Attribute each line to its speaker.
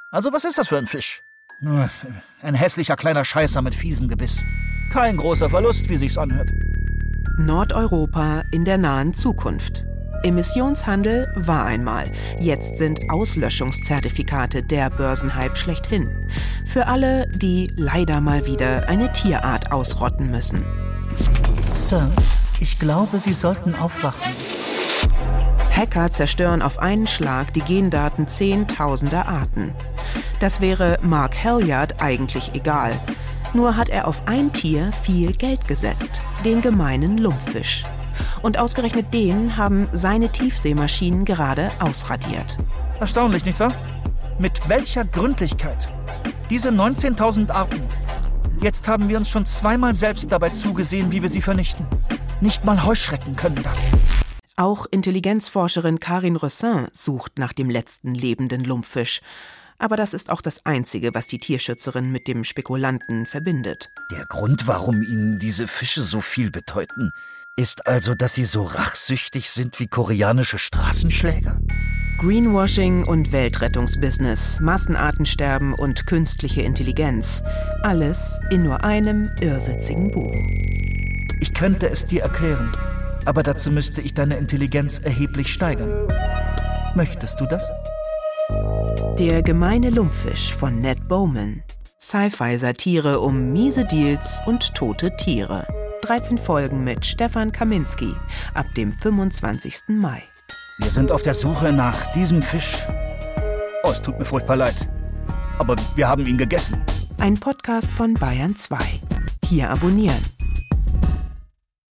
Speaker 1: Also was ist das für ein Fisch? Nur ein hässlicher kleiner Scheißer mit fiesem Gebiss. Kein großer Verlust, wie sich's anhört.
Speaker 2: Nordeuropa in der nahen Zukunft. Emissionshandel war einmal. Jetzt sind Auslöschungszertifikate der Börsenhype schlechthin. Für alle, die leider mal wieder eine Tierart ausrotten müssen.
Speaker 1: Sir, ich glaube, Sie sollten aufwachen.
Speaker 2: Hacker zerstören auf einen Schlag die Gendaten zehntausender Arten. Das wäre Mark Halliard eigentlich egal. Nur hat er auf ein Tier viel Geld gesetzt, den gemeinen Lumpfisch. Und ausgerechnet den haben seine Tiefseemaschinen gerade ausradiert.
Speaker 1: Erstaunlich, nicht wahr? Mit welcher Gründlichkeit? Diese 19.000 Arten. Jetzt haben wir uns schon zweimal selbst dabei zugesehen, wie wir sie vernichten. Nicht mal Heuschrecken können das.
Speaker 2: Auch Intelligenzforscherin Karin Rossin sucht nach dem letzten lebenden Lumpfisch. Aber das ist auch das Einzige, was die Tierschützerin mit dem Spekulanten verbindet.
Speaker 1: Der Grund, warum Ihnen diese Fische so viel bedeuten, ist also, dass sie so rachsüchtig sind wie koreanische Straßenschläger?
Speaker 2: Greenwashing und Weltrettungsbusiness, Massenartensterben und künstliche Intelligenz. Alles in nur einem irrwitzigen Buch.
Speaker 1: Ich könnte es dir erklären, aber dazu müsste ich deine Intelligenz erheblich steigern. Möchtest du das?
Speaker 2: Der gemeine Lumpfisch von Ned Bowman. Sci-Fi-Satire um miese Deals und tote Tiere. 13 Folgen mit Stefan Kaminski ab dem 25. Mai.
Speaker 1: Wir sind auf der Suche nach diesem Fisch. Oh, es tut mir furchtbar leid. Aber wir haben ihn gegessen.
Speaker 2: Ein Podcast von Bayern 2. Hier abonnieren.